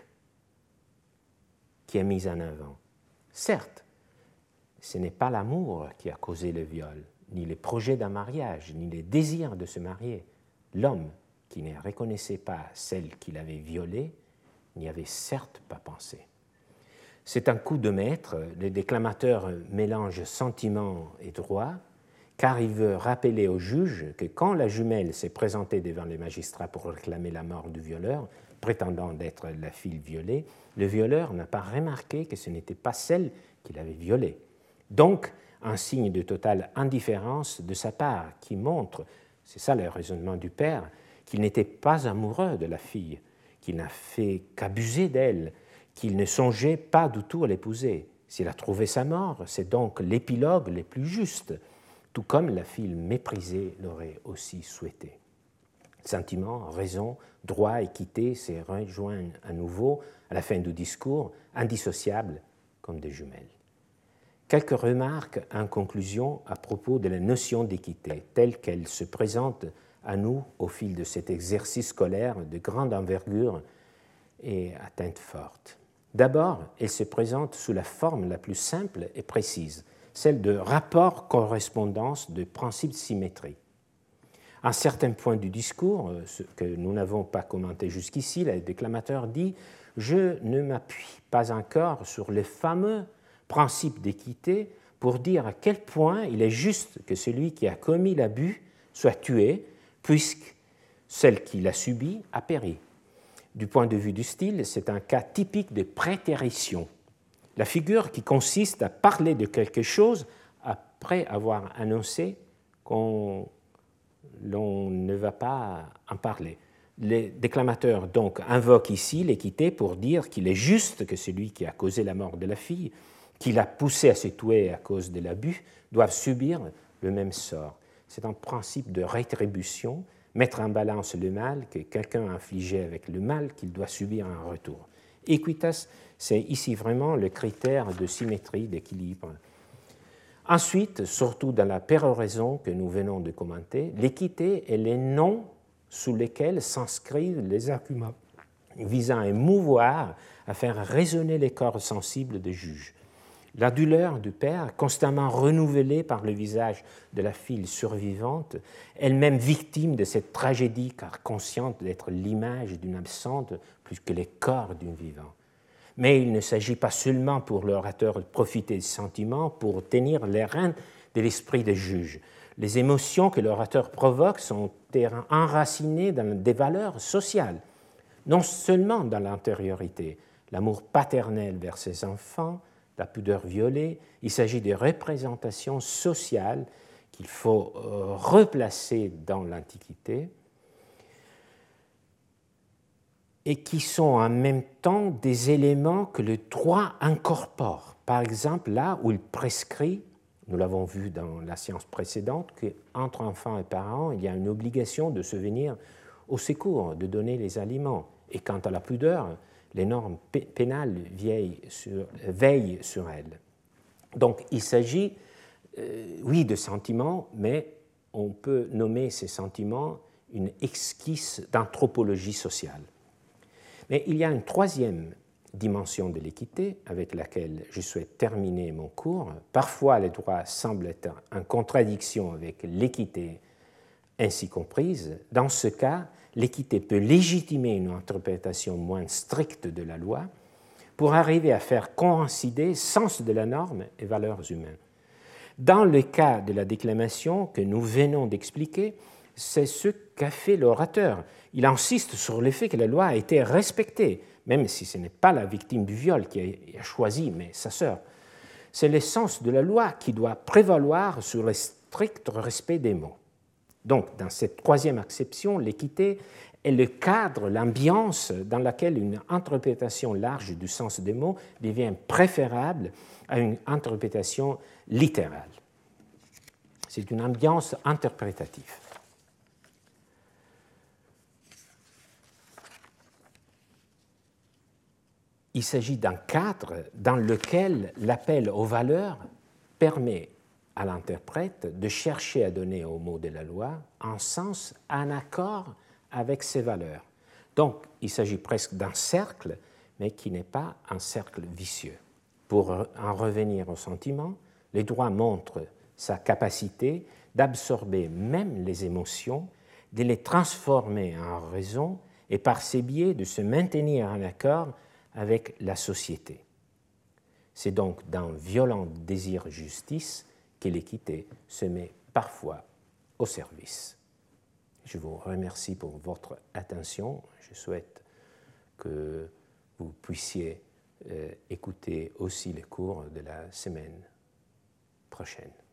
qui est mis en avant. Certes, ce n'est pas l'amour qui a causé le viol, ni les projets d'un mariage, ni les désirs de se marier. L'homme qui ne reconnaissait pas celle qu'il avait violée n'y avait certes pas pensé. C'est un coup de maître, le déclamateur mélange sentiment et droit, car il veut rappeler au juge que quand la jumelle s'est présentée devant les magistrats pour réclamer la mort du violeur, prétendant d'être la fille violée, le violeur n'a pas remarqué que ce n'était pas celle qu'il avait violée. Donc, un signe de totale indifférence de sa part qui montre, c'est ça le raisonnement du père, qu'il n'était pas amoureux de la fille, qu'il n'a fait qu'abuser d'elle, qu'il ne songeait pas du tout à l'épouser. S'il a trouvé sa mort, c'est donc l'épilogue le plus juste, tout comme la fille méprisée l'aurait aussi souhaité. Sentiment, raison, droit, équité se rejoignent à nouveau à la fin du discours, indissociables comme des jumelles. Quelques remarques en conclusion à propos de la notion d'équité, telle qu'elle se présente à nous au fil de cet exercice scolaire de grande envergure et à teinte forte. D'abord, elle se présente sous la forme la plus simple et précise, celle de rapport-correspondance de principe de symétrie. À un certain point du discours, ce que nous n'avons pas commenté jusqu'ici, le déclamateur dit « Je ne m'appuie pas encore sur le fameux principe d'équité pour dire à quel point il est juste que celui qui a commis l'abus soit tué, puisque celle qui l'a subi a péri. » Du point de vue du style, c'est un cas typique de prétérition, la figure qui consiste à parler de quelque chose après avoir annoncé qu'on ne va pas en parler. Le déclamateur donc invoque ici l'équité pour dire qu'il est juste que celui qui a causé la mort de la fille, qui l'a poussé à se tuer à cause de l'abus, doive subir le même sort. C'est un principe de rétribution, mettre en balance le mal que quelqu'un a infligé avec le mal qu'il doit subir en retour. Equitas, c'est ici vraiment le critère de symétrie, d'équilibre. Ensuite, surtout dans la péroraison que nous venons de commenter, l'équité est les noms sous lesquels s'inscrivent les arguments visant à émouvoir, à faire résonner les corps sensibles des juges. La douleur du père, constamment renouvelée par le visage de la fille survivante, elle-même victime de cette tragédie car consciente d'être l'image d'une absente plus que les corps d'une vivante. Mais il ne s'agit pas seulement pour l'orateur de profiter des sentiments pour tenir les rênes de l'esprit des juges. Les émotions que l'orateur provoque sont enracinées dans des valeurs sociales, non seulement dans l'intériorité, l'amour paternel vers ses enfants, la pudeur violée, il s'agit de représentations sociales qu'il faut replacer dans l'Antiquité et qui sont en même temps des éléments que le droit incorpore. Par exemple, là où il prescrit, nous l'avons vu dans la séance précédente, qu'entre enfants et parents, il y a une obligation de se venir au secours, de donner les aliments. Et quant à la pudeur, les normes pénales veillent sur elle. Donc il s'agit, oui, de sentiments, mais on peut nommer ces sentiments une esquisse d'anthropologie sociale. Mais il y a une troisième dimension de l'équité avec laquelle je souhaite terminer mon cours. Parfois, le droit semble être en contradiction avec l'équité ainsi comprise. Dans ce cas, l'équité peut légitimer une interprétation moins stricte de la loi pour arriver à faire coïncider sens de la norme et valeurs humaines. Dans le cas de la déclamation que nous venons d'expliquer, c'est ce qu'a fait l'orateur. Il insiste sur le fait que la loi a été respectée, même si ce n'est pas la victime du viol qui a choisi, mais sa sœur. C'est le sens de la loi qui doit prévaloir sur les strict respect des mots. Donc, dans cette troisième acception, l'équité est le cadre, l'ambiance dans laquelle une interprétation large du sens des mots devient préférable à une interprétation littérale. C'est une ambiance interprétative. Il s'agit d'un cadre dans lequel l'appel aux valeurs permet à l'interprète de chercher à donner aux mots de la loi un sens en accord avec ses valeurs. Donc, il s'agit presque d'un cercle, mais qui n'est pas un cercle vicieux. Pour en revenir au sentiment, le droit montre sa capacité d'absorber même les émotions, de les transformer en raison et par ces biais de se maintenir en accord avec la société. C'est donc d'un violent désir de justice que l'équité se met parfois au service. Je vous remercie pour votre attention. Je souhaite que vous puissiez écouter aussi les cours de la semaine prochaine.